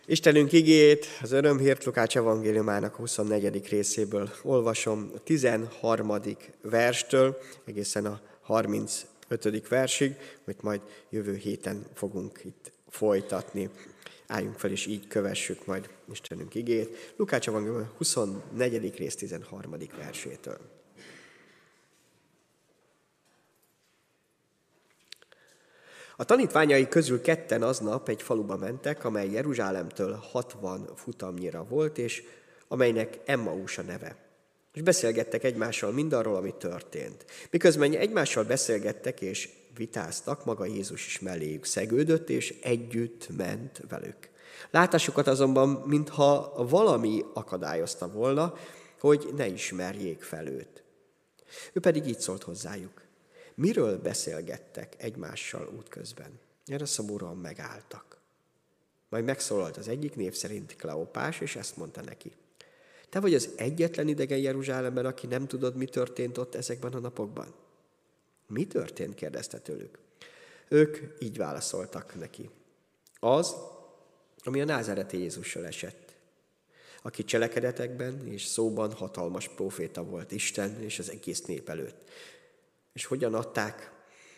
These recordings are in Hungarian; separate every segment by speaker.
Speaker 1: Istenünk igéjét az Örömhírt Lukács evangéliumának 24. részéből olvasom, a 13. verstől egészen a 35. versig, amit majd jövő héten fogunk itt folytatni. Álljunk fel, és így kövessük majd Istenünk igéjét. Lukács evangélium 24. rész 13. versétől. A tanítványai közül ketten aznap egy faluba mentek, amely Jeruzsálemtől 60 futamnyira volt, és amelynek Emmaus a neve. És beszélgettek egymással mindarról, ami történt. Miközben egymással beszélgettek és vitáztak, maga Jézus is melléjük szegődött, és együtt ment velük. Látásukat azonban, mintha valami akadályozta volna, hogy ne ismerjék fel őt. Ő pedig így szólt hozzájuk. Miről beszélgettek egymással útközben? Erre szomorúan megálltak. Majd megszólalt az egyik, név szerint Kleopás, és ezt mondta neki. Te vagy az egyetlen idegen Jeruzsálemben, aki nem tudod, mi történt ott ezekben a napokban? Mi történt? Kérdezte tőlük. Ők így válaszoltak neki. Az, ami a názáreti Jézussal esett, aki cselekedetekben és szóban hatalmas próféta volt Isten és az egész nép előtt. És hogyan adták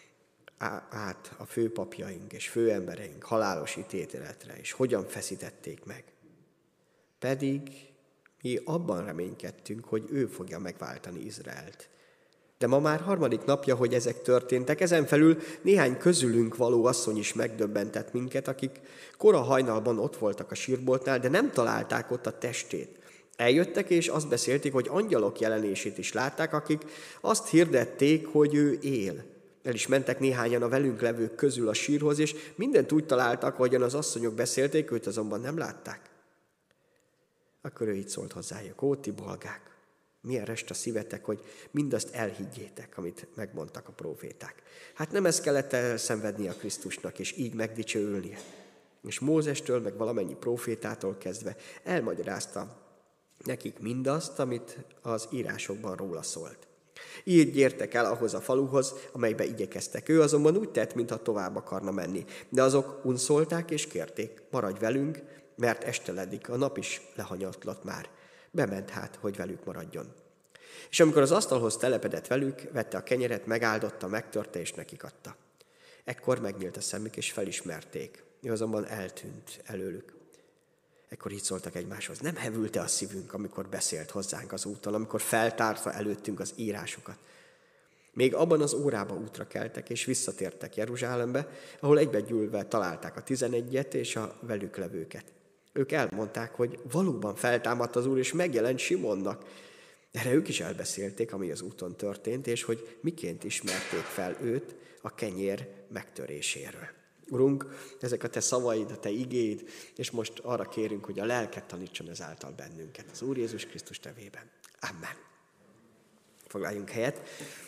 Speaker 1: át a főpapjaink és főembereink halálos ítéletre, és hogyan feszítették meg. Pedig mi abban reménykedtünk, hogy ő fogja megváltani Izraelt. De ma már 3. napja, hogy ezek történtek, ezen felül néhány közülünk való asszony is megdöbbentett minket, akik kora hajnalban ott voltak a sírboltnál, de nem találták ott a testét. Eljöttek, és azt beszélték, hogy angyalok jelenését is látták, akik azt hirdették, hogy ő él. El is mentek néhányan a velünk levők közül a sírhoz, és mindent úgy találtak, ahogyan az asszonyok beszélték, őt azonban nem látták. Akkor ő így szólt hozzájuk, ó, ti bolgák, milyen rest a szívetek, hogy mindazt elhiggyétek, amit megmondtak a próféták. Hát nem ezt kellett elszenvedni a Krisztusnak, és így megdicsőülnie. És Mózestől, meg valamennyi prófétától kezdve elmagyarázta nekik mindazt, amit az írásokban róla szólt. Így értek el ahhoz a faluhoz, amelybe igyekeztek. Ő azonban úgy tett, mintha tovább akarna menni. De azok unszolták és kérték, maradj velünk, mert esteledik, a nap is lehanyatlott már. Bement hát, hogy velük maradjon. És amikor az asztalhoz telepedett velük, vette a kenyeret, megáldotta, megtörte és nekik adta. Ekkor megnyílt a szemük és felismerték. Ő azonban eltűnt előlük. Ekkor így szóltak egymáshoz. Nem hevült-e a szívünk, amikor beszélt hozzánk az úton, amikor feltárta előttünk az írásokat? Még abban az órában útra keltek, és visszatértek Jeruzsálembe, ahol egybegyűlve találták a 11-et és a velük levőket. Ők elmondták, hogy valóban feltámadt az Úr, és megjelent Simonnak. Erre ők is elbeszélték, ami az úton történt, és hogy miként ismerték fel őt a kenyér megtöréséről. Urunk, ezek a te szavaid, a te igéd, és most arra kérünk, hogy a lelket tanítson ezáltal bennünket. Az Úr Jézus Krisztus nevében. Amen. Foglaljunk helyet.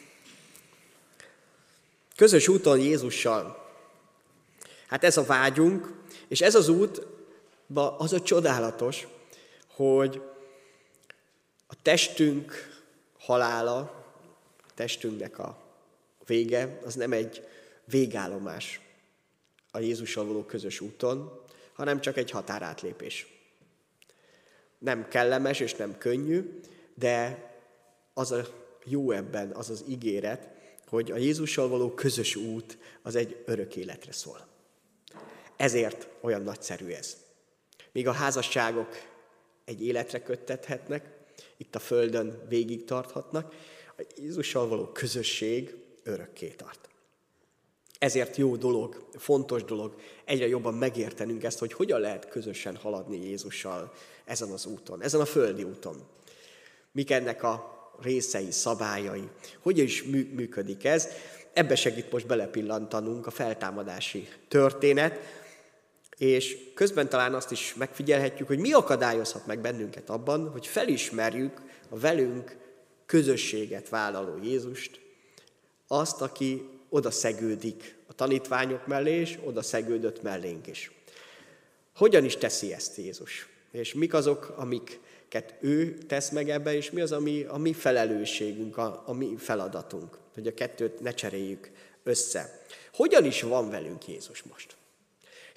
Speaker 1: Közös úton Jézussal. Hát ez a vágyunk, és ez az út, az a csodálatos, hogy a testünk halála, a testünknek a vége, az nem egy végállomás a Jézussal való közös úton, hanem csak egy határátlépés. Nem kellemes és nem könnyű, de az a jó ebben, az az ígéret, hogy a Jézussal való közös út az egy örök életre szól. Ezért olyan nagyszerű ez. Míg a házasságok egy életre köttethetnek, itt a földön végig tarthatnak, a Jézussal való közösség örökké tart. Ezért jó dolog, fontos dolog egyre jobban megértenünk ezt, hogy hogyan lehet közösen haladni Jézussal ezen az úton, ezen a földi úton. Mik ennek a részei, szabályai, hogyan is működik ez. Ebbe segít most belepillantanunk a feltámadási történet, és közben talán azt is megfigyelhetjük, hogy mi akadályozhat meg bennünket abban, hogy felismerjük a velünk közösséget vállaló Jézust, azt, aki oda szegődik a tanítványok mellé, és oda szegődött mellénk is. Hogyan is teszi ezt Jézus? És mik azok, amiket ő tesz meg ebbe, és mi az, ami a mi felelősségünk, a mi feladatunk, hogy a kettőt ne cseréljük össze. Hogyan is van velünk Jézus most?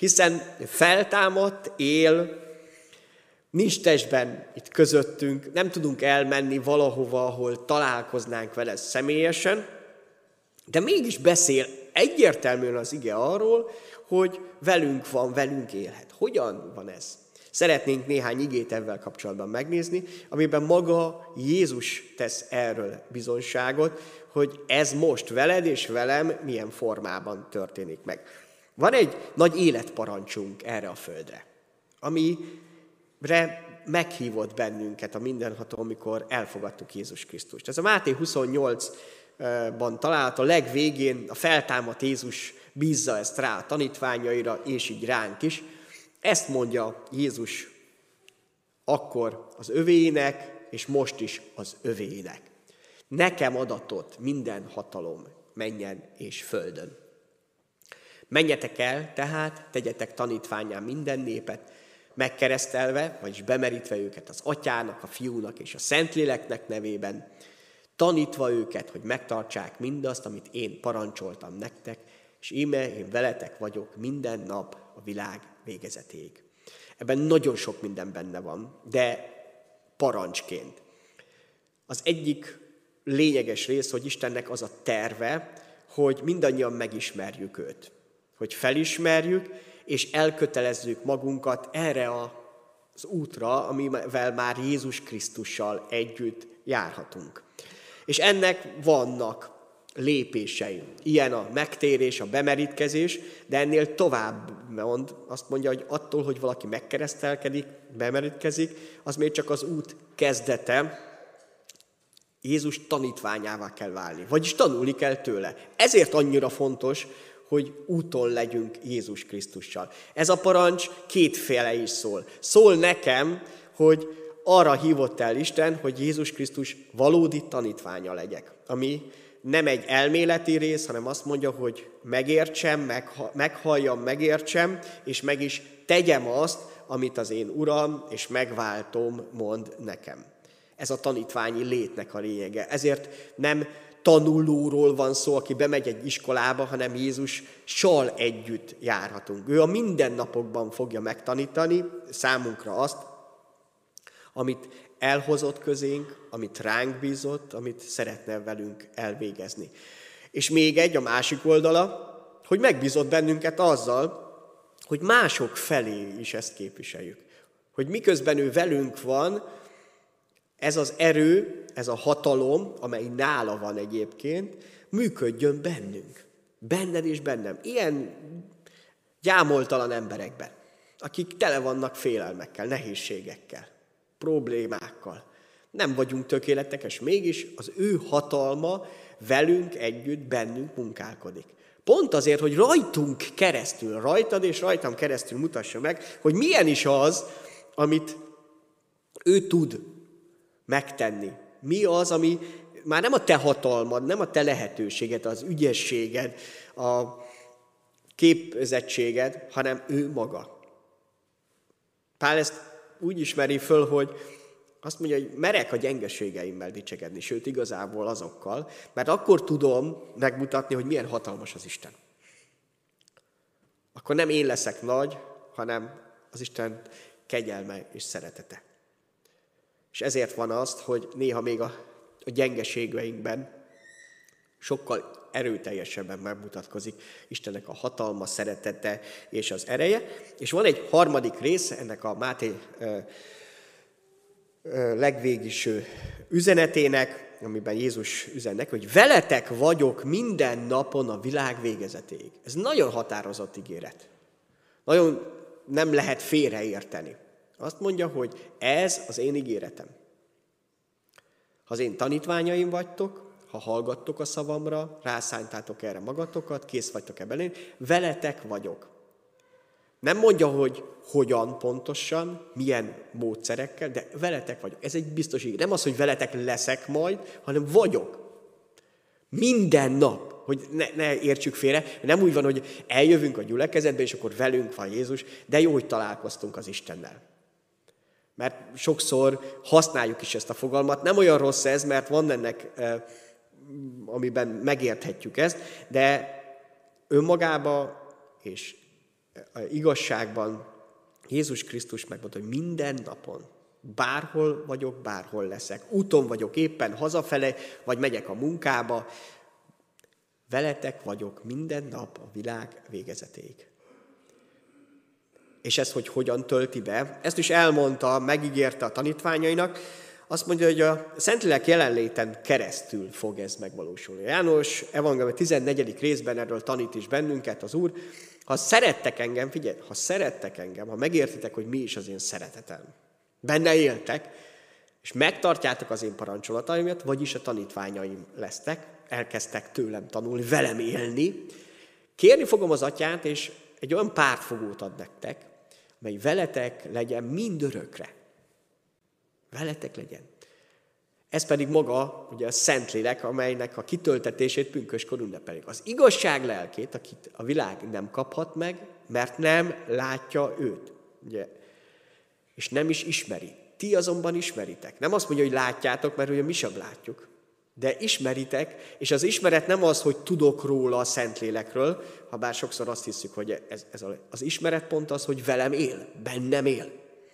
Speaker 1: Hiszen feltámadt, él, nincs testben itt közöttünk, nem tudunk elmenni valahova, ahol találkoznánk vele személyesen, de mégis beszél egyértelműen az ige arról, hogy velünk van, velünk élhet. Hogyan van ez? Szeretnénk néhány igét ezzel kapcsolatban megnézni, amiben maga Jézus tesz erről bizonyságot, hogy ez most veled és velem milyen formában történik meg. Van egy nagy életparancsunk erre a földre, amire meghívott bennünket a mindenható, amikor elfogadtuk Jézus Krisztust. Ez a Máté 28-ban található, a legvégén a feltámadt Jézus bízza ezt rá a tanítványaira, és így ránk is. Ezt mondja Jézus akkor az övéinek, és most is az övéinek. Nekem adatott minden hatalom mennyen és földön. Menjetek el, tehát tegyetek tanítvánnyá minden népet, megkeresztelve, vagyis bemerítve őket az Atyának, a Fiúnak és a Szentléleknek nevében, tanítva őket, hogy megtartsák mindazt, amit én parancsoltam nektek, és íme én veletek vagyok minden nap a világ végezetéig. Ebben nagyon sok minden benne van, de parancsként. Az egyik lényeges rész, hogy Istennek az a terve, hogy mindannyian megismerjük őt. Hogy felismerjük, és elkötelezzük magunkat erre az útra, amivel már Jézus Krisztussal együtt járhatunk. És ennek vannak lépései. Ilyen a megtérés, a bemerítkezés, de ennél tovább azt mondja, hogy attól, hogy valaki megkeresztelkedik, bemerítkezik, az még csak az út kezdete. Jézus tanítványává kell válni, vagyis tanulni kell tőle. Ezért annyira fontos, hogy úton legyünk Jézus Krisztussal. Ez a parancs kétféle is szól. Szól nekem, hogy arra hívott el Isten, hogy Jézus Krisztus valódi tanítványa legyek, ami nem egy elméleti rész, hanem azt mondja, hogy megértsem, meghalljam, megértsem, és meg is tegyem azt, amit az én Uram és megváltom mond nekem. Ez a tanítványi létnek a lényege. Ezért nem tanulóról van szó, aki bemegy egy iskolába, hanem Jézussal együtt járhatunk. Ő a mindennapokban fogja megtanítani számunkra azt, amit elhozott közénk, amit ránk bízott, amit szeretne velünk elvégezni. És még egy, a másik oldala, hogy megbízott bennünket azzal, hogy mások felé is ezt képviseljük. Hogy miközben ő velünk van, ez az erő, ez a hatalom, amely nála van egyébként, működjön bennünk. Benned és bennem. Ilyen gyámoltalan emberekben, akik tele vannak félelmekkel, nehézségekkel, problémákkal. Nem vagyunk tökéletesek, mégis az ő hatalma velünk együtt, bennünk munkálkodik. Pont azért, hogy rajtunk keresztül, rajtad és rajtam keresztül mutassa meg, hogy milyen is az, amit ő tud megtenni. Mi az, ami már nem a te hatalmad, nem a te lehetőséged, az ügyességed, a képzettséged, hanem ő maga. Pál ezt úgy ismeri föl, hogy azt mondja, hogy merek a gyengeségeimmel dicsekedni, sőt igazából azokkal, mert akkor tudom megmutatni, hogy milyen hatalmas az Isten. Akkor nem én leszek nagy, hanem az Isten kegyelme és szeretete. És ezért van azt, hogy néha még a gyengeségeinkben sokkal erőteljesebben megmutatkozik Istennek a hatalma, szeretete és az ereje. És van egy harmadik rész ennek a Máté legvégiső üzenetének, amiben Jézus üzennek, hogy veletek vagyok minden napon a világ végezetéig. Ez nagyon határozott ígéret. Nagyon nem lehet félreérteni. Azt mondja, hogy ez az én ígéretem. Ha az én tanítványaim vagytok, ha hallgattok a szavamra, rászántátok erre magatokat, kész vagytok ebben, veletek vagyok. Nem mondja, hogy hogyan pontosan, milyen módszerekkel, de veletek vagyok. Ez egy biztos ígéret. Nem az, hogy veletek leszek majd, hanem vagyok. Minden nap. Hogy ne értsük félre, nem úgy van, hogy eljövünk a gyülekezetbe, és akkor velünk van Jézus, de jó, hogy találkoztunk az Istennel. Mert sokszor használjuk is ezt a fogalmat. Nem olyan rossz ez, mert van ennek, amiben megérthetjük ezt, de önmagába és igazságban Jézus Krisztus megmondta, hogy minden napon, bárhol vagyok, bárhol leszek, úton vagyok éppen hazafele, vagy megyek a munkába, veletek vagyok minden nap a világ végezetéig. És ez, hogy hogyan tölti be, ezt is elmondta, megígérte a tanítványainak, azt mondja, hogy a Szentlélek jelenléten keresztül fog ez megvalósulni. János evangélium 14. részben erről tanít is bennünket az Úr. Ha szerettek engem, figyelj, ha szerettek engem, ha megértitek, hogy mi is az én szeretetem, benne éltek, és megtartjátok az én parancsolataimat, vagyis a tanítványaim lesztek, elkezdtek tőlem tanulni, velem élni, kérni fogom az Atyát, és egy olyan pártfogót ad nektek, mely veletek legyen mindörökre. Veletek legyen. Ez pedig maga, ugye a Szentlélek, amelynek a kitöltetését pünköskor ünnepeljük. Az igazság lelkét, akit a világ nem kaphat meg, mert nem látja őt. Ugye? És nem is ismeri. Ti azonban ismeritek. Nem azt mondja, hogy látjátok, mert ugye mi sem látjuk. De ismeritek, és az ismeret nem az, hogy tudok róla a Szentlélekről, ha bár sokszor azt hiszük, hogy az ismeret pont az, hogy velem él, bennem él.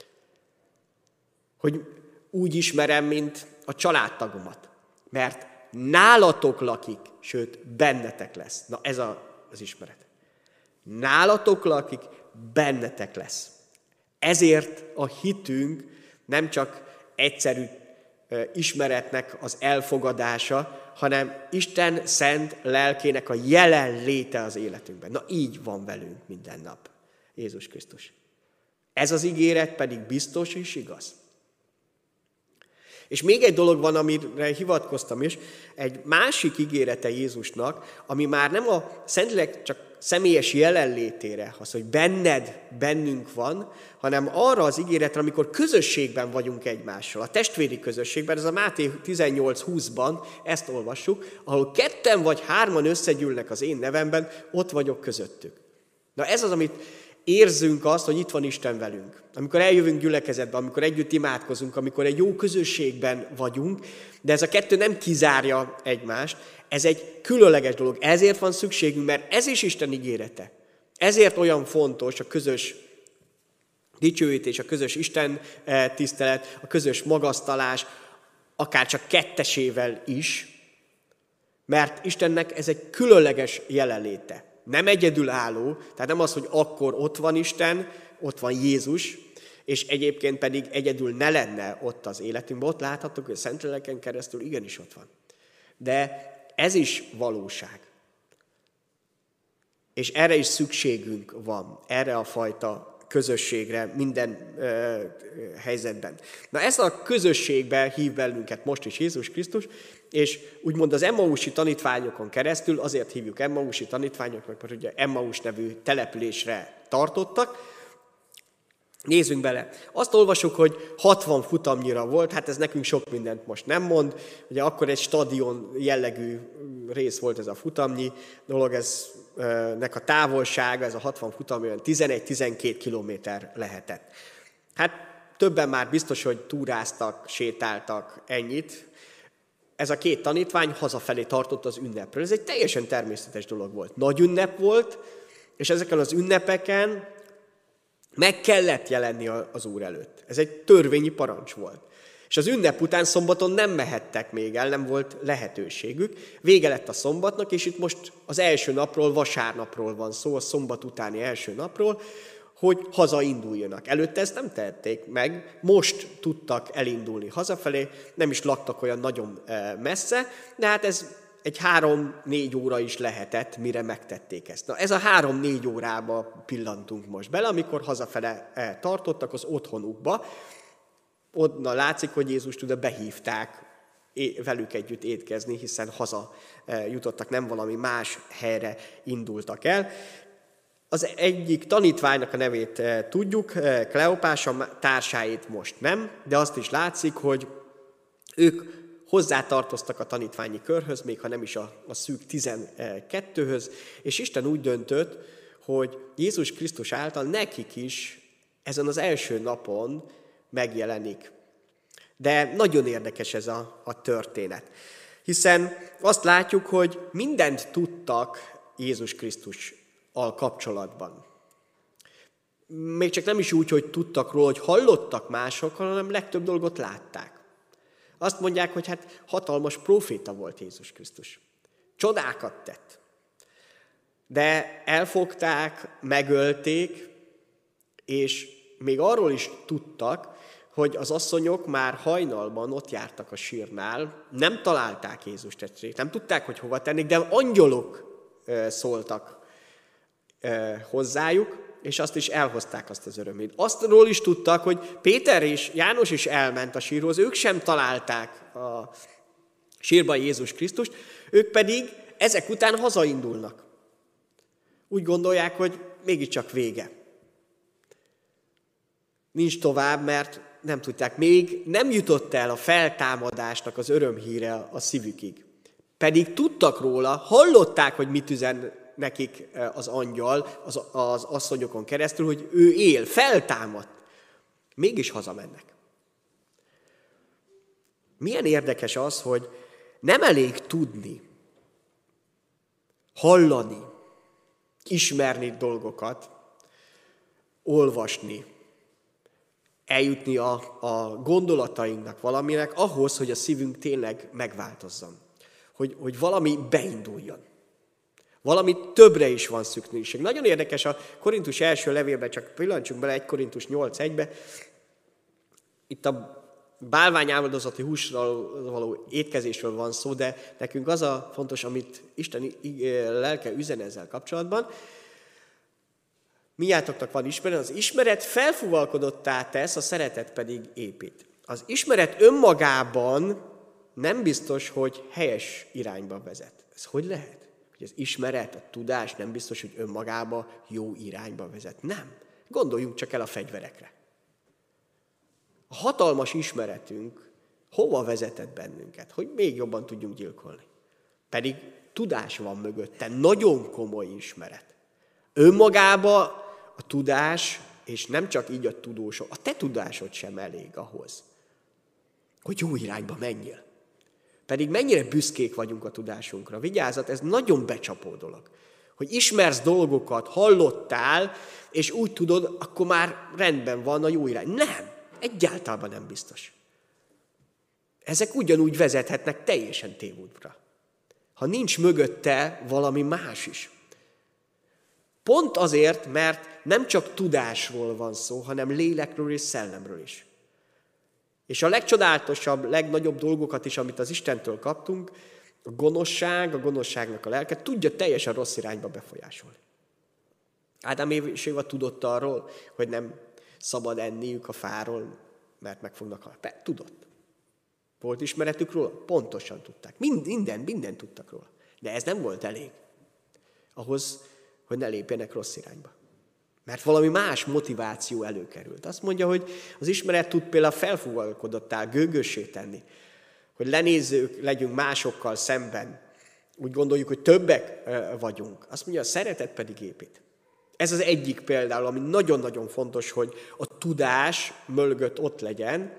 Speaker 1: Hogy úgy ismerem, mint a családtagomat. Mert nálatok lakik, sőt, bennetek lesz. Na ez az ismeret. Nálatok lakik, bennetek lesz. Ezért a hitünk nem csak egyszerű ismeretnek az elfogadása, hanem Isten szent lelkének a jelenléte az életünkben. Na így van velünk minden nap. Jézus Krisztus. Ez az ígéret pedig biztos és igaz. És még egy dolog van, amire hivatkoztam is, egy másik ígérete Jézusnak, ami már nem a Szentlélek csak személyes jelenlétére, az, hogy bennünk van, hanem arra az ígéretre, amikor közösségben vagyunk egymással, a testvéri közösségben, ez a Máté 18:20-ban, ezt olvassuk, ahol 2 vagy 3 összegyűlnek az én nevemben, ott vagyok közöttük. Na ez az, amit érzünk azt, hogy itt van Isten velünk. Amikor eljövünk gyülekezetbe, amikor együtt imádkozunk, amikor egy jó közösségben vagyunk, de ez a 2 nem kizárja egymást, ez egy különleges dolog. Ezért van szükségünk, mert ez is Isten ígérete. Ezért olyan fontos a közös dicsőítés, a közös Isten tisztelet, a közös magasztalás, akár csak kettesével is, mert Istennek ez egy különleges jelenléte. Nem egyedülálló, tehát nem az, hogy akkor ott van Isten, ott van Jézus, és egyébként pedig egyedül ne lenne ott az életünkben. Ott láthatók, hogy a Szentléleken keresztül igenis ott van. De ez is valóság. És erre is szükségünk van, erre a fajta közösségre minden helyzetben. Na ezt a közösségbe hív bennünket most is Jézus Krisztus, és úgymond az Emmausi tanítványokon keresztül, azért hívjuk Emmausi tanítványoknak, mert ugye Emmaus nevű településre tartottak. Nézzünk bele. Azt olvasok, hogy 60 futamnyira volt, hát ez nekünk sok mindent most nem mond. Ugye akkor egy stadion jellegű rész volt ez a futamnyi dolog, nek a távolsága, ez a 60 futam olyan 11-12 kilométer lehetett. Hát többen már biztos, hogy túráztak, sétáltak ennyit. Ez a 2 tanítvány hazafelé tartott az ünnepről. Ez egy teljesen természetes dolog volt. Nagy ünnep volt, és ezeken az ünnepeken meg kellett jelenni az Úr előtt. Ez egy törvényi parancs volt. És az ünnep után szombaton nem mehettek még el, nem volt lehetőségük. Vége lett a szombatnak, és itt most az első napról, vasárnapról van szó, a szombat utáni első napról, hogy hazainduljanak. Előtte ezt nem tehették meg, most tudtak elindulni hazafelé, nem is laktak olyan nagyon messze, de hát ez egy 3-4 óra is lehetett, mire megtették ezt. Na ez a 3-4 órába pillantunk most bele, amikor hazafele tartottak az otthonukba. Onnan látszik, hogy Jézust ugye behívták velük együtt étkezni, hiszen haza jutottak, nem valami más helyre indultak el. Az egyik tanítványnak a nevét tudjuk, Kleopás, a társáit most nem, de azt is látszik, hogy ők hozzátartoztak a tanítványi körhöz, még ha nem is a szűk 12-höz, és Isten úgy döntött, hogy Jézus Krisztus által nekik is ezen az első napon megjelenik. De nagyon érdekes ez a történet, hiszen azt látjuk, hogy mindent tudtak Jézus Krisztussal kapcsolatban. még csak nem is úgy, hogy tudtak róla, hogy hallottak másokkal, hanem legtöbb dolgot látták. Azt mondják, hogy hát hatalmas próféta volt Jézus Krisztus. Csodákat tett. De elfogták, megölték, és még arról is tudtak, hogy az asszonyok már hajnalban ott jártak a sírnál, nem találták Jézus testét, nem tudták, hogy hova tennék, de angyalok szóltak hozzájuk, és azt is elhozták azt az örömét. Aztról is tudtak, hogy Péter és János is elment a sírhoz, ők sem találták a sírban Jézus Krisztust, ők pedig ezek után hazaindulnak. Úgy gondolják, hogy mégiscsak vége. Nincs tovább, mert nem tudták, még nem jutott el a feltámadásnak az örömhíre a szívükig. Pedig tudtak róla, hallották, hogy mit üzen nekik az angyal, az asszonyokon keresztül, hogy ő él, feltámadt. Mégis hazamennek. Milyen érdekes az, hogy nem elég tudni, hallani, ismerni dolgokat, olvasni, eljutni a gondolatainknak valaminek ahhoz, hogy a szívünk tényleg megváltozzon. Hogy valami beinduljon. Valami többre is van szükség. Nagyon érdekes a Korintus első levélben, csak pillancsunk bele 1 Korintus 8:1-be. Itt a bálványáldozati húsról való étkezésről van szó, de nekünk az a fontos, amit Isten lelke üzen ezzel kapcsolatban. Mindnyájatoknak van ismeret, az ismeret felfúvalkodottá tesz, a szeretet pedig épít. Az ismeret önmagában nem biztos, hogy helyes irányba vezet. Ez hogy lehet? Hogy az ismeret, a tudás nem biztos, hogy önmagába jó irányba vezet. Nem. Gondoljunk csak el a fegyverekre. A hatalmas ismeretünk hova vezetett bennünket, hogy még jobban tudjunk gyilkolni. Pedig tudás van mögötte, nagyon komoly ismeret. Önmagába a tudás, és nem csak így a tudósok, a te tudásod sem elég ahhoz, hogy jó irányba menjél. Pedig mennyire büszkék vagyunk a tudásunkra. Vigyázzat, ez nagyon becsapó dolog. Hogy ismersz dolgokat, hallottál, és úgy tudod, akkor már rendben van a jó irány. Nem, egyáltalán nem biztos. Ezek ugyanúgy vezethetnek teljesen tévútra. Ha nincs mögötte valami más is. Pont azért, mert nem csak tudásról van szó, hanem lélekről és szellemről is. És a legcsodálatosabb, legnagyobb dolgokat is, amit az Istentől kaptunk, a gonoszságnak a lelke tudja teljesen rossz irányba befolyásolni. Ádám és Éva tudott arról, hogy nem szabad enniük a fáról, mert meg fognak halni. Tudott. Volt ismeretük róla? Pontosan tudták. Mindent tudtak róla. De ez nem volt elég ahhoz, hogy ne lépjenek rossz irányba. Mert valami más motiváció előkerült. Azt mondja, hogy az ismeret tud például felfúvalkodottá, gőgössé tenni. Hogy lenézők legyünk másokkal szemben. Úgy gondoljuk, hogy többek vagyunk. Azt mondja, a szeretet pedig épít. Ez az egyik például, ami nagyon-nagyon fontos, hogy a tudás mögött ott legyen,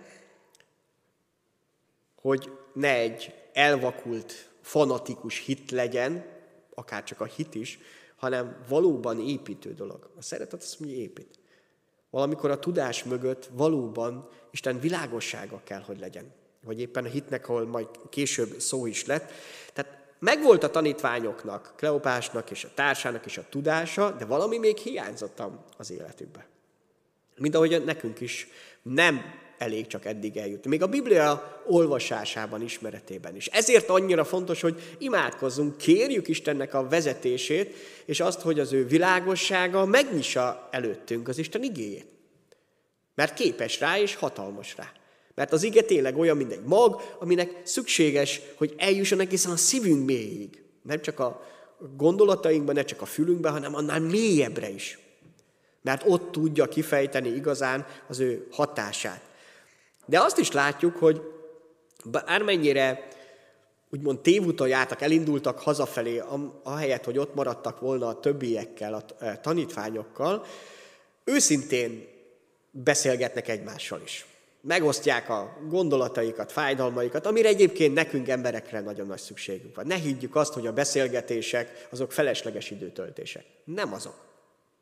Speaker 1: hogy ne egy elvakult, fanatikus hit legyen, akár csak a hit is, hanem valóban építő dolog. A szeretet azt mondja, épít. Valamikor a tudás mögött valóban Isten világossága kell, hogy legyen. Vagy éppen a hitnek, ahol majd később szó is lett. Tehát megvolt a tanítványoknak, Kleopásnak és a társának is a tudása, de valami még hiányzott az életükbe. Mint ahogy nekünk is nem elég csak eddig eljutni. Még a Biblia olvasásában, ismeretében is. Ezért annyira fontos, hogy imádkozzunk, kérjük Istennek a vezetését, és azt, hogy az ő világossága megnyissa előttünk az Isten igéjét. Mert képes rá és hatalmas rá. Mert az ige tényleg olyan, mint egy mag, aminek szükséges, hogy eljusson egészen a szívünk mélyig. Nem csak a gondolatainkban, ne csak a fülünkben, hanem annál mélyebbre is. Mert ott tudja kifejteni igazán az ő hatását. De azt is látjuk, hogy bármennyire úgymond tévúton jártak, elindultak hazafelé, ahelyett, hogy ott maradtak volna a többiekkel, a tanítványokkal, őszintén beszélgetnek egymással is. Megosztják a gondolataikat, fájdalmaikat, amire egyébként nekünk emberekre nagyon nagy szükségünk van. Ne higgyük azt, hogy a beszélgetések azok felesleges időtöltések. Nem azok.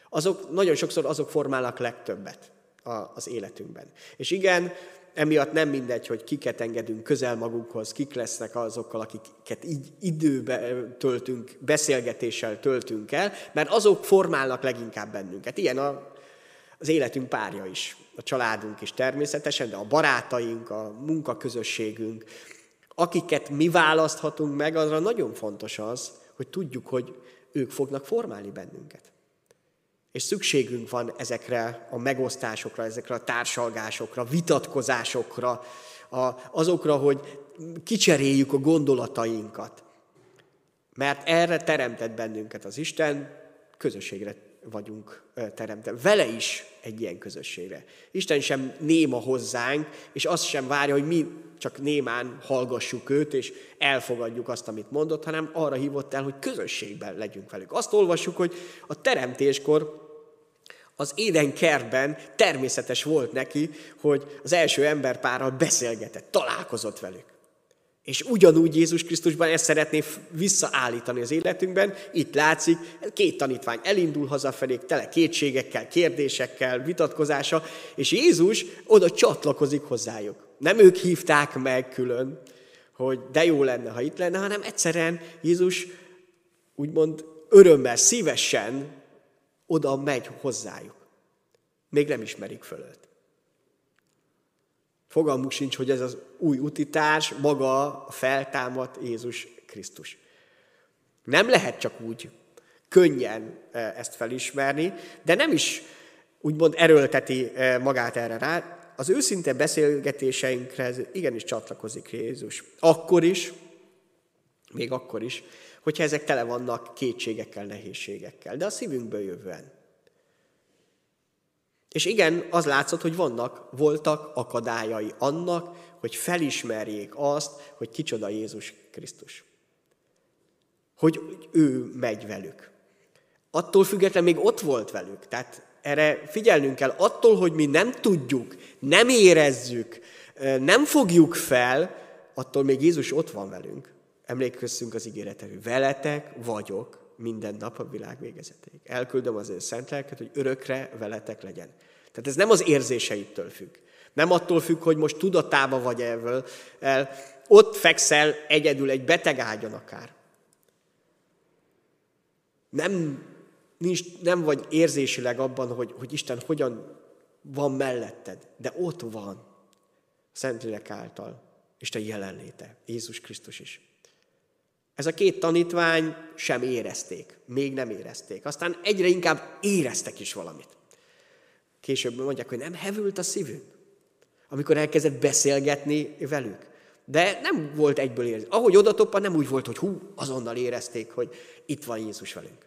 Speaker 1: Nagyon sokszor azok formálnak legtöbbet az életünkben. És igen, emiatt nem mindegy, hogy kiket engedünk közel magunkhoz, kik lesznek azokkal, akiket így időbe töltünk, beszélgetéssel töltünk el, mert azok formálnak leginkább bennünket. Ilyen az életünk párja is, a családunk is természetesen, de a barátaink, a munkaközösségünk, akiket mi választhatunk meg, azra nagyon fontos az, hogy tudjuk, hogy ők fognak formálni bennünket. És szükségünk van ezekre a megosztásokra, ezekre a társalgásokra, vitatkozásokra, azokra, hogy kicseréljük a gondolatainkat. Mert erre teremtett bennünket az Isten, közösségre vagyunk teremtve. Vele is egy ilyen közösségre. Isten sem néma hozzánk, és azt sem várja, hogy mi csak némán hallgassuk őt, és elfogadjuk azt, amit mondott, hanem arra hívott el, hogy közösségben legyünk velük. Azt olvassuk, hogy a teremtéskor az Éden kertben természetes volt neki, hogy az első emberpárral beszélgetett, találkozott velük. És ugyanúgy Jézus Krisztusban ezt szeretné visszaállítani az életünkben. Itt látszik, 2 tanítvány elindul hazafelé, tele kétségekkel, kérdésekkel, vitatkozása, és Jézus oda csatlakozik hozzájuk. Nem ők hívták meg külön, hogy de jó lenne, ha itt lenne, hanem egyszerűen Jézus úgymond örömmel, szívesen oda megy hozzájuk. Még nem ismerik föl őt. Fogalmuk sincs, hogy ez az új utitárs, maga a feltámadt Jézus Krisztus. Nem lehet csak úgy könnyen ezt felismerni, de nem is úgymond erőlteti magát erre rá. Az őszinte beszélgetéseinkre igenis csatlakozik Jézus. Még akkor is, hogyha ezek tele vannak kétségekkel, nehézségekkel, de a szívünkből jövően. És igen, az látszott, hogy voltak akadályai annak, hogy felismerjék azt, hogy kicsoda Jézus Krisztus. Hogy ő megy velük. Attól függetlenül még ott volt velük. Tehát erre figyelnünk kell. Attól, hogy mi nem tudjuk, nem érezzük, nem fogjuk fel, attól még Jézus ott van velünk. Emlékezzünk az ígéretre, hogy veletek vagyok minden nap a világ végezetéig. Elküldöm az ő szent lelket, hogy örökre veletek legyen. Tehát ez nem az érzéseitől függ. Nem attól függ, hogy most tudatában vagy ebből. Ott fekszel egyedül egy beteg ágyon akár. Nem vagy érzésileg abban, hogy Isten hogyan van melletted, de ott van. Szentlélek által. Isten jelenléte. Jézus Krisztus is. Ez a 2 tanítvány sem érezték. Még nem érezték. Aztán egyre inkább éreztek is valamit. Később mondják, hogy nem hevült a szívünk, amikor elkezdett beszélgetni velük. De nem volt egyből érezni. Ahogy odatoppan, nem úgy volt, hogy azonnal érezték, hogy itt van Jézus velünk.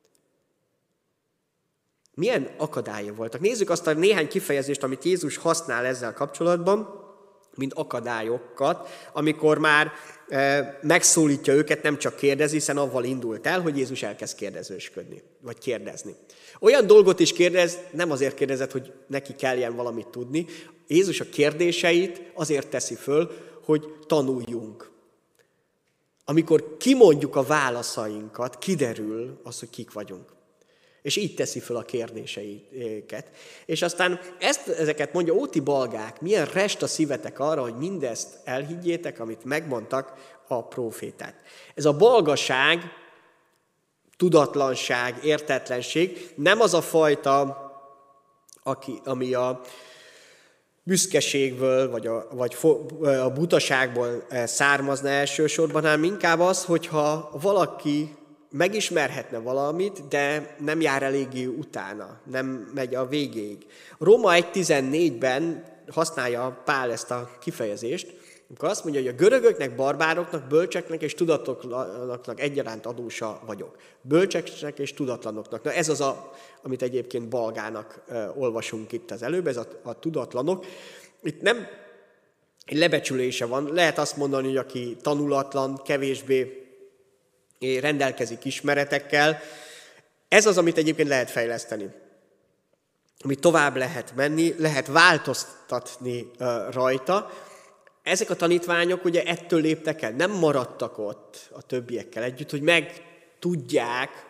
Speaker 1: Milyen akadályok voltak? Nézzük azt a néhány kifejezést, amit Jézus használ ezzel kapcsolatban, mint akadályokat, amikor már megszólítja őket, nem csak kérdezi, hiszen avval indult el, hogy Jézus elkezd kérdezősködni, vagy kérdezni. Olyan dolgot is kérdez, nem azért kérdezett, hogy neki kelljen valamit tudni. Jézus a kérdéseit azért teszi föl, hogy tanuljunk. Amikor kimondjuk a válaszainkat, kiderül az, hogy kik vagyunk. És így teszi föl a kérdéseiket. És aztán ezeket mondja, óti balgák, milyen rest a szívetek arra, hogy mindezt elhiggyétek, amit megmondtak a próféták. Ez a balgaság, tudatlanság, értetlenség nem az a fajta, ami a büszkeségből, vagy a butaságból származna elsősorban, hanem inkább az, hogyha valaki megismerhetne valamit, de nem jár eléggé utána, nem megy a végéig. Róma 1.14-ben használja Pál ezt a kifejezést, amikor azt mondja, hogy a görögöknek, barbároknak, bölcseknek és tudatlanoknak egyaránt adósa vagyok. Bölcseknek és tudatlanoknak. Na ez az, amit egyébként balgának olvasunk itt az előbb, ez a tudatlanok. Itt nem egy lebecsülése van. Lehet azt mondani, hogy aki tanulatlan, kevésbé rendelkezik ismeretekkel. Ez az, amit egyébként lehet fejleszteni. Amit tovább lehet menni, lehet változtatni rajta. Ezek a tanítványok ugye ettől léptek el, nem maradtak ott a többiekkel együtt, hogy megtudják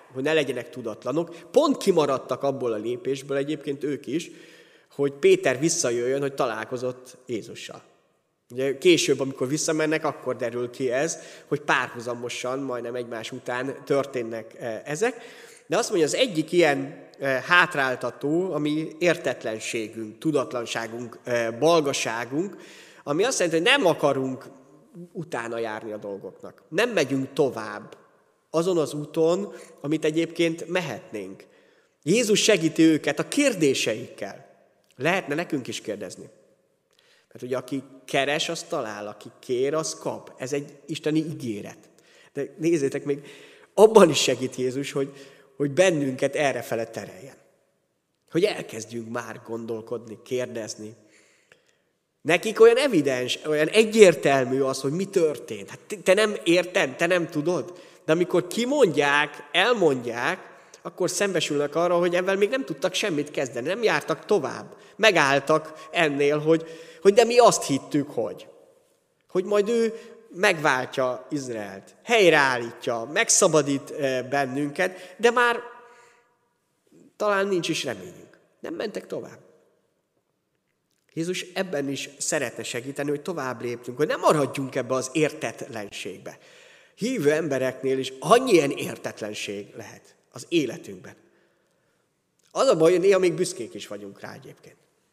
Speaker 1: hogy ne legyenek tudatlanok. Pont kimaradtak abból a lépésből egyébként ők is, hogy Péter visszajöjjön, hogy találkozott Jézussal. Ugye később, amikor visszamennek, akkor derül ki ez, hogy párhuzamosan, majdnem egymás után történnek ezek. De azt mondja, az egyik ilyen hátráltató, ami értetlenségünk, tudatlanságunk, balgaságunk, ami azt jelenti, hogy nem akarunk utána járni a dolgoknak. Nem megyünk tovább azon az úton, amit egyébként mehetnénk. Jézus segíti őket a kérdéseikkel. Lehetne nekünk is kérdezni. Mert ugye aki keres, az talál, aki kér, az kap. Ez egy isteni ígéret. De nézzétek, még abban is segít Jézus, hogy bennünket errefele tereljen. Hogy elkezdjünk már gondolkodni, kérdezni. Nekik olyan evidens, olyan egyértelmű az, hogy mi történt. Hát te nem érted, te nem tudod. De amikor kimondják, elmondják, akkor szembesülnek arra, hogy ebben még nem tudtak semmit kezdeni, nem jártak tovább. Megálltak ennél, hogy de mi azt hittük, hogy majd ő megváltja Izraelt, helyreállítja, megszabadít bennünket, de már talán nincs is reményünk. Nem mentek tovább. Jézus ebben is szeretne segíteni, hogy tovább léptünk, hogy nem maradjunk ebbe az értetlenségbe. Hívő embereknél is annyi ilyen értetlenség lehet az életünkben. Az a baj, hogy néha még büszkék is vagyunk rá egyébként.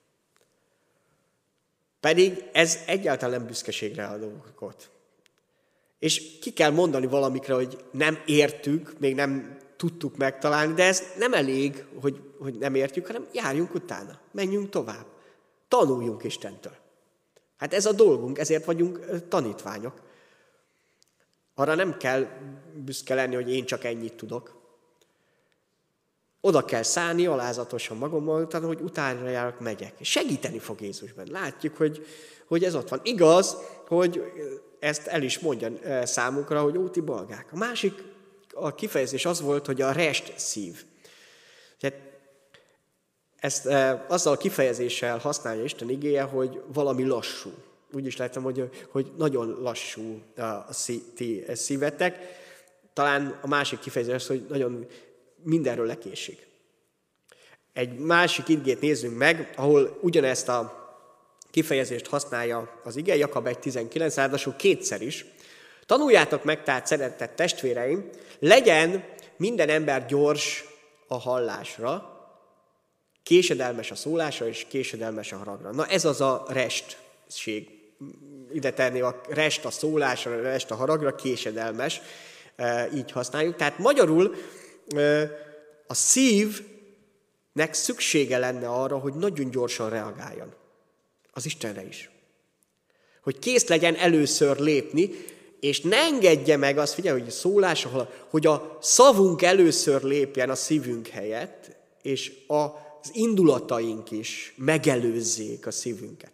Speaker 1: Pedig ez egyáltalán nem büszkeségre ad okot. És ki kell mondani valamikre, hogy nem értük, még nem tudtuk megtalálni, de ez nem elég, hogy nem értjük, hanem járjunk utána, menjünk tovább, tanuljunk Istentől. Hát ez a dolgunk, ezért vagyunk tanítványok. Arra nem kell büszke lenni, hogy én csak ennyit tudok. Oda kell szállni alázatosan magammal, hogy utána járok, megyek. Segíteni fog Jézusban. Látjuk, hogy ez ott van. Igaz, hogy ezt el is mondja számunkra, hogy ó, ti balgák. A másik a kifejezés az volt, hogy a rest szív. Tehát ezt azzal a kifejezéssel használja Isten igéje, hogy valami lassú. Úgy is láttam, hogy nagyon lassú a szívetek. Talán a másik kifejezés az, hogy nagyon mindenről lekésik. Egy másik igét nézzünk meg, ahol ugyanezt a kifejezést használja az ige, Jakab 1.19, ráadásul kétszer is. Tanuljátok meg, tehát szeretett testvéreim, legyen minden ember gyors a hallásra, késedelmes a szólásra és késedelmes a haragra. Na ez az a restség. Ide tenni a rest a szólásra, a rest a haragra, késedelmes, így használjuk. Tehát magyarul a szívnek szüksége lenne arra, hogy nagyon gyorsan reagáljon. Az Istenre is. Hogy kész legyen először lépni, és ne engedje meg azt, figyelj, hogy a szólás, hogy a szavunk először lépjen a szívünk helyett, és az indulataink is megelőzzék a szívünket.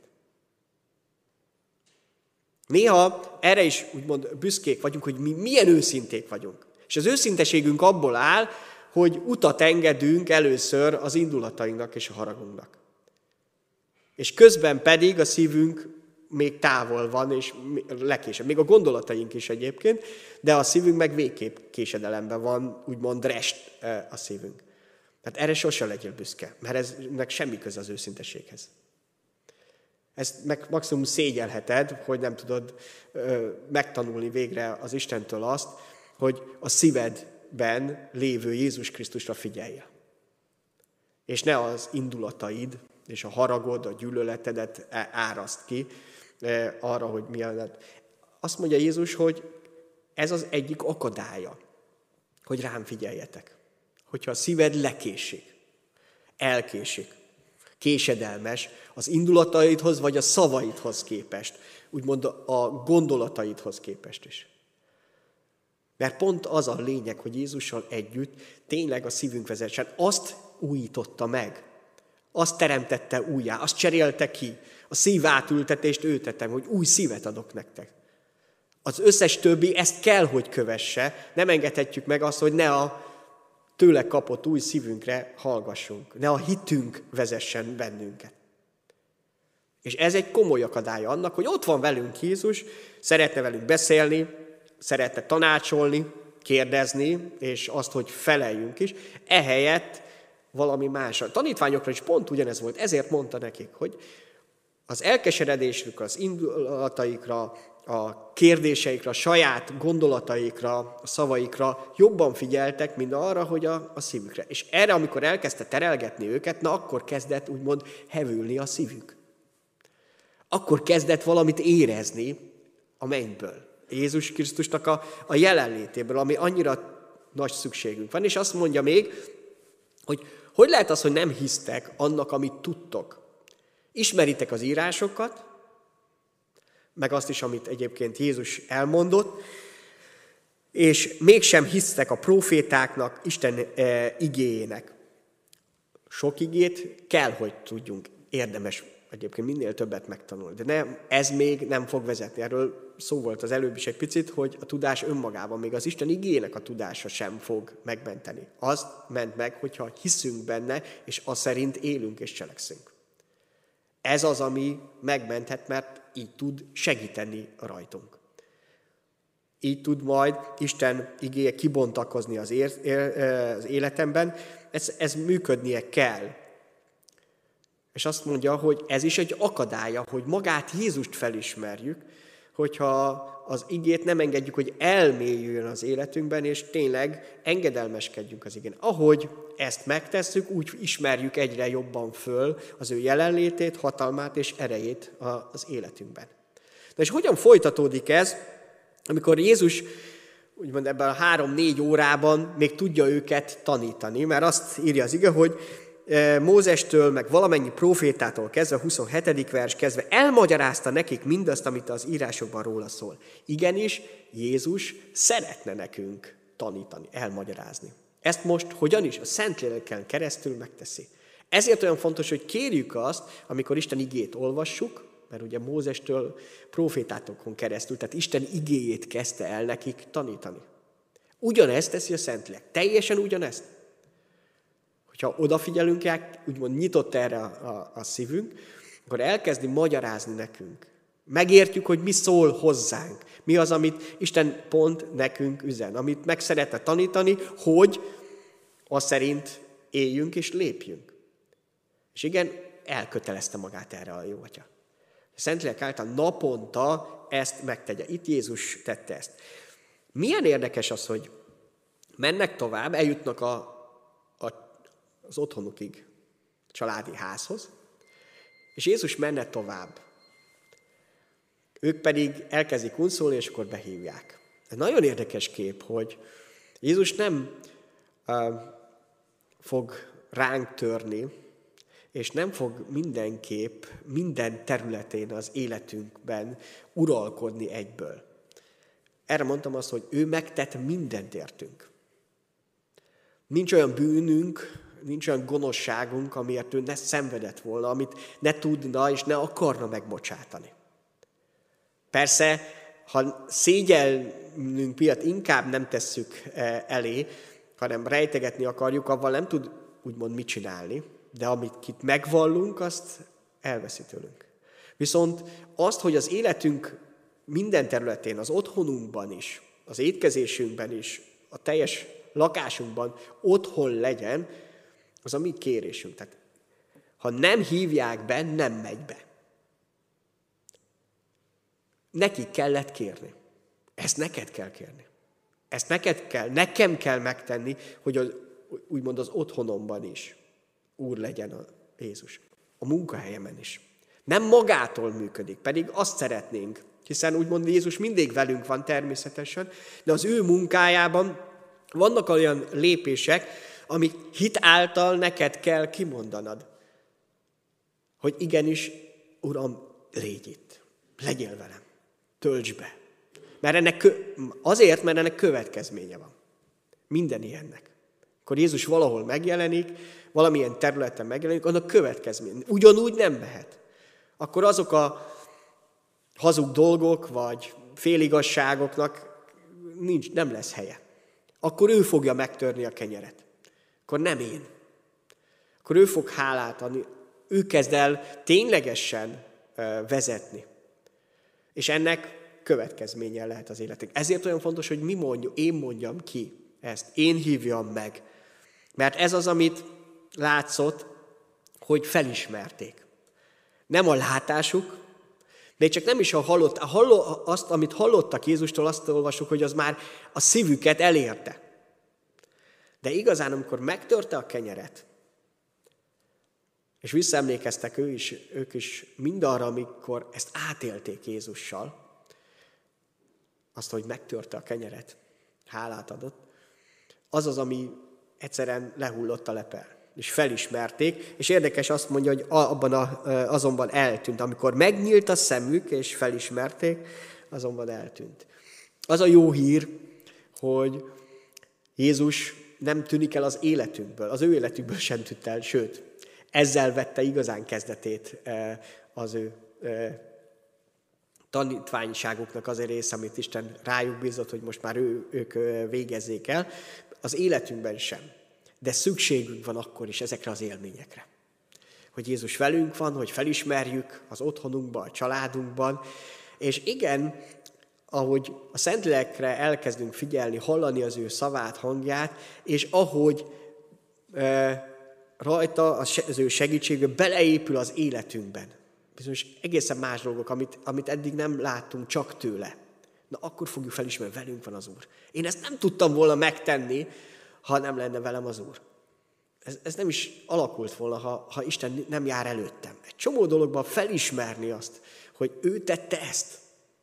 Speaker 1: Néha erre is úgymond büszkék vagyunk, hogy mi milyen őszinték vagyunk. És az őszinteségünk abból áll, hogy utat engedünk először az indulatainknak és a haragunknak. És közben pedig a szívünk még távol van, és lekésebb. Még a gondolataink is egyébként, de a szívünk meg végképp késedelemben van, úgymond rest a szívünk. Tehát erre sosem legyél büszke, mert ennek semmi köze az őszinteséghez. Ezt meg maximum szégyelheted, hogy nem tudod megtanulni végre az Istentől azt, hogy a szívedben lévő Jézus Krisztusra figyelj. És ne az indulataid és a haragod, a gyűlöletedet áraszt ki arra, hogy milyen. Azt mondja Jézus, hogy ez az egyik akadálya, hogy rám figyeljetek. Hogyha a szíved lekésik, elkésik, késedelmes az indulataidhoz vagy a szavaidhoz képest, úgymond a gondolataidhoz képest is. Mert pont az a lényeg, hogy Jézussal együtt tényleg a szívünk vezessen. Azt újította meg, azt teremtette újjá, azt cserélte ki. A szív átültetést ő tettem, hogy új szívet adok nektek. Az összes többi ezt kell, hogy kövesse. Nem engedhetjük meg azt, hogy ne a tőle kapott új szívünkre hallgassunk. Ne a hitünk vezessen bennünket. És ez egy komoly akadálya annak, hogy ott van velünk Jézus, szeretne velünk beszélni, szeretne tanácsolni, kérdezni, és azt, hogy feleljünk is, ehelyett valami másra. A tanítványokra is pont ugyanez volt, ezért mondta nekik, hogy az elkeseredésükre, az indulataikra, a kérdéseikre, a saját gondolataikra, a szavaikra jobban figyeltek, mint arra, hogy a szívükre. És erre, amikor elkezdte terelgetni őket, na akkor kezdett úgymond hevülni a szívük. Akkor kezdett valamit érezni a mennyből. Jézus Krisztusnak a jelenlétéből, ami annyira nagy szükségünk van. És azt mondja még, hogy lehet az, hogy nem hisztek annak, amit tudtok. Ismeritek az írásokat, meg azt is, amit egyébként Jézus elmondott, és mégsem hisztek a profétáknak, Isten igéjének. Sok igét kell, hogy tudjunk, érdemes egyébként minél többet megtanulni. De ez még nem fog vezetni. Erről szó volt az előbb is egy picit, hogy a tudás önmagában, még az Isten igének a tudása sem fog megmenteni. Az ment meg, hogyha hiszünk benne, és az szerint élünk és cselekszünk. Ez az, ami megmenthet, mert így tud segíteni rajtunk. Így tud majd Isten igéje kibontakozni az életemben, ez működnie kell. És azt mondja, hogy ez is egy akadálya, hogy magát Jézust felismerjük, hogyha az igét nem engedjük, hogy elmélyüljön az életünkben, és tényleg engedelmeskedjünk az igén. Ahogy ezt megtesszük, úgy ismerjük egyre jobban föl az ő jelenlétét, hatalmát és erejét az életünkben. Na és hogyan folytatódik ez, amikor Jézus úgymond ebben a 3-4 órában még tudja őket tanítani, mert azt írja az ige, hogy Mózestől, meg valamennyi prófétától kezdve, 27. vers kezdve elmagyarázta nekik mindazt, amit az írásokban róla szól. Igenis, Jézus szeretne nekünk tanítani, elmagyarázni. Ezt most hogyan is? A Szentléleken keresztül megteszi. Ezért olyan fontos, hogy kérjük azt, amikor Isten igét olvassuk, mert ugye Mózestől prófétátokon keresztül, tehát Isten igéjét kezdte el nekik tanítani. Ugyanezt teszi a Szentlélek. Teljesen ugyanezt. Ha odafigyelünk, úgymond nyitott erre a szívünk, akkor elkezdi magyarázni nekünk. Megértjük, hogy mi szól hozzánk. Mi az, amit Isten pont nekünk üzen. Amit meg szeretne tanítani, hogy az szerint éljünk és lépjünk. És igen, elkötelezte magát erre a jó Atya. A Szentlélek által naponta ezt megtegye. Itt Jézus tette ezt. Milyen érdekes az, hogy mennek tovább, eljutnak az otthonukig, a családi házhoz, és Jézus menne tovább. Ők pedig elkezdik unszolni, és akkor behívják. Ez nagyon érdekes kép, hogy Jézus nem fog ránk törni, és nem fog mindenképp minden területén az életünkben uralkodni egyből. Erre mondtam azt, hogy ő megtett mindent értünk. Nincs olyan bűnünk, nincs olyan gonoszságunk, amiért ő ne szenvedett volna, amit ne tudna és ne akarna megbocsátani. Persze, ha szégyelnünk miatt inkább nem tesszük elé, hanem rejtegetni akarjuk, avval nem tud úgymond mit csinálni, de amit itt megvallunk, azt elveszi tőlünk. Viszont azt, hogy az életünk minden területén, az otthonunkban is, az étkezésünkben is, a teljes lakásunkban otthon legyen, az a mi kérésünk. Tehát, ha nem hívják be, nem megy be. Neki kellett kérni. Ezt neked kell kérni. Ezt nekem kell megtenni, hogy úgymond az otthonomban is Úr legyen a Jézus. A munkahelyemen is. Nem magától működik, pedig azt szeretnénk, hiszen úgymond Jézus mindig velünk van természetesen, de az ő munkájában vannak olyan lépések, amik hit által neked kell kimondanod. Hogy igenis, Uram, légy itt. Legyél velem. Töltsd be. Mert azért, mert ennek következménye van. Minden ilyennek. Akkor Jézus valahol megjelenik, valamilyen területen megjelenik, annak következménye. Ugyanúgy nem mehet. Akkor azok a hazug dolgok, vagy féligasságoknak nem lesz helye. Akkor ő fogja megtörni a kenyeret. Akkor nem én. Akkor ő fog hálát adni. Ő kezd el ténylegesen vezetni. És ennek következménnyel lehet az életünk. Ezért olyan fontos, hogy én mondjam ki ezt, én hívjam meg. Mert ez az, amit látszott, hogy felismerték. Nem a látásuk, még csak nem is azt, amit hallottak Jézustól, azt olvasjuk, hogy az már a szívüket elérte. De igazán, amikor megtörte a kenyeret, és visszaemlékeztek ők is mindarra, amikor ezt átélték Jézussal, azt, hogy megtörte a kenyeret, hálát adott, az az, ami egyszerűen lehullott a lepel. És felismerték, és érdekes azt mondja, hogy azonban eltűnt. Amikor megnyílt a szemük, és felismerték, azonban eltűnt. Az a jó hír, hogy Jézus nem tűnik el az életünkből, az ő életükből sem tűnt el, sőt, ezzel vette igazán kezdetét az ő tanítványságuknak az a része, amit Isten rájuk bízott, hogy most már ők végezzék el, az életünkben sem. De szükségünk van akkor is ezekre az élményekre. Hogy Jézus velünk van, hogy felismerjük az otthonunkban, a családunkban, és igen, ahogy a Szentlélekre elkezdünk figyelni, hallani az ő szavát, hangját, és ahogy rajta az ő segítségbe beleépül az életünkben. Bizonyos egészen más dolgok, amit eddig nem láttunk csak tőle. Na akkor fogjuk felismerni, velünk van az Úr. Én ezt nem tudtam volna megtenni, ha nem lenne velem az Úr. Ez nem is alakult volna, ha Isten nem jár előttem. Egy csomó dologban felismerni azt, hogy ő tette ezt.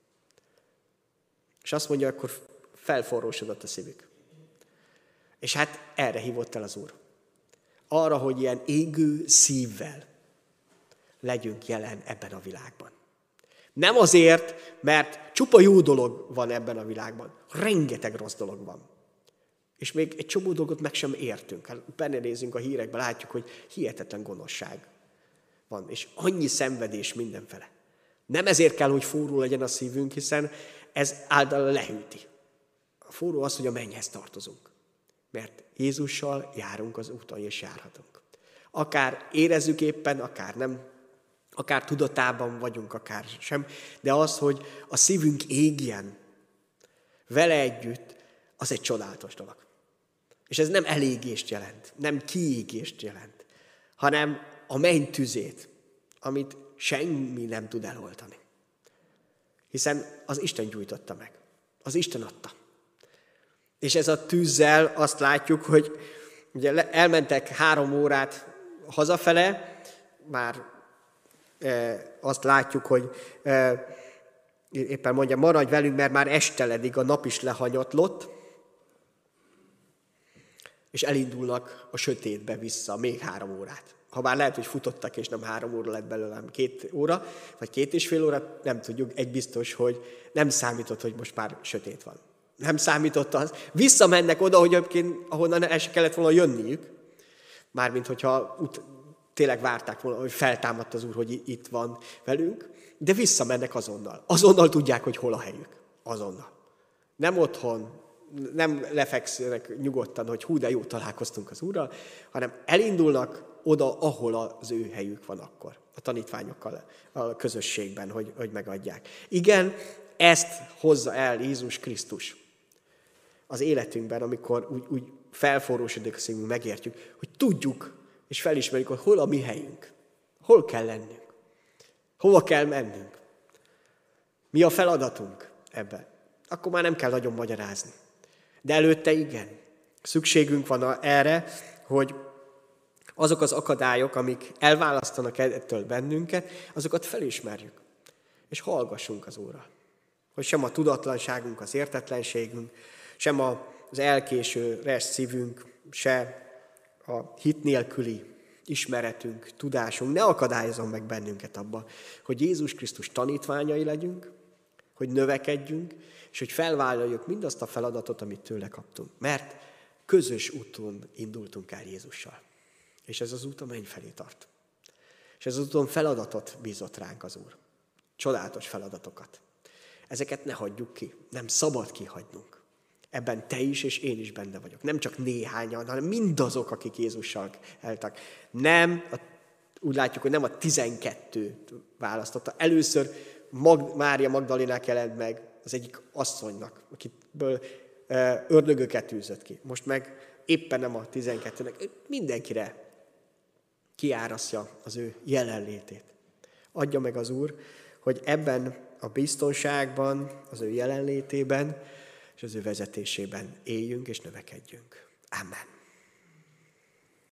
Speaker 1: És azt mondja, akkor felforrósodott a szívük. És hát erre hívott el az Úr. Arra, hogy ilyen égő szívvel legyünk jelen ebben a világban. Nem azért, mert csupa jó dolog van ebben a világban. Rengeteg rossz dolog van. És még egy csomó dolgot meg sem értünk. Hát benne nézünk a hírekben, látjuk, hogy hihetetlen gonoszság van. És annyi szenvedés mindenfele. Nem ezért kell, hogy forró legyen a szívünk, hiszen ez által lehűti. A forró az, hogy a mennyhez tartozunk. Mert Jézussal járunk az úton, és járhatunk. Akár érezzük éppen, akár nem, akár tudatában vagyunk, akár sem, de az, hogy a szívünk égjen vele együtt, az egy csodálatos dolog. És ez nem elégést jelent, nem kiégést jelent, hanem a menny tüzét, amit semmi nem tud eloltani. Hiszen az Isten gyújtotta meg, az Isten adta. És ez a tűzzel azt látjuk, hogy ugye elmentek 3 órát hazafele, már azt látjuk, hogy éppen mondja, maradj velünk, mert már esteledig, a nap is lehanyatlott, és elindulnak a sötétbe vissza még 3 órát. Habár lehet, hogy futottak, és nem 3 óra lett belőle, hanem 2 óra, vagy 2,5 óra, nem tudjuk, egy biztos, hogy nem számított, hogy most már sötét van. Nem számított az. Visszamennek oda, hogy ahonnan el se kellett volna jönniük, mármint hogyha tényleg várták volna, hogy feltámadt az Úr, hogy itt van velünk, de visszamennek azonnal. Azonnal tudják, hogy hol a helyük. Azonnal. Nem otthon, nem lefekszenek nyugodtan, hogy hú, de jó, találkoztunk az Úrral, hanem elindulnak oda, ahol az ő helyük van akkor. A tanítványokkal, a közösségben, hogy megadják. Igen, ezt hozza el Jézus Krisztus az életünkben, amikor úgy felforrósodik a szívünk, megértjük, hogy tudjuk és felismerjük, hogy hol a mi helyünk. Hol kell lennünk. Hova kell mennünk. Mi a feladatunk ebben. Akkor már nem kell nagyon magyarázni. De előtte igen. Szükségünk van erre, hogy azok az akadályok, amik elválasztanak ettől bennünket, azokat felismerjük. És hallgassunk az Úrra. Hogy sem a tudatlanságunk, az értetlenségünk, sem az elkéső rest szívünk, se a hit nélküli ismeretünk, tudásunk ne akadályozom meg bennünket abba, hogy Jézus Krisztus tanítványai legyünk, hogy növekedjünk, és hogy felvállaljuk mindazt a feladatot, amit tőle kaptunk. Mert közös úton indultunk el Jézussal. És ez az út a menny felé tart. És ez az úton feladatot bízott ránk az Úr. Csodálatos feladatokat. Ezeket ne hagyjuk ki. Nem szabad kihagynunk. Ebben te is, és én is benne vagyok. Nem csak néhányan, hanem mindazok, akik Jézussal eltak. Úgy látjuk, hogy nem a 12 választotta. Először Mária Magdalénák jelent meg, az egyik asszonynak, akitből ördögöket űzött ki. Most meg éppen nem a 12-nek, mindenkire kiárasztja az ő jelenlétét. Adja meg az Úr, hogy ebben a biztonságban, az ő jelenlétében és az ő vezetésében éljünk és növekedjünk. Amen.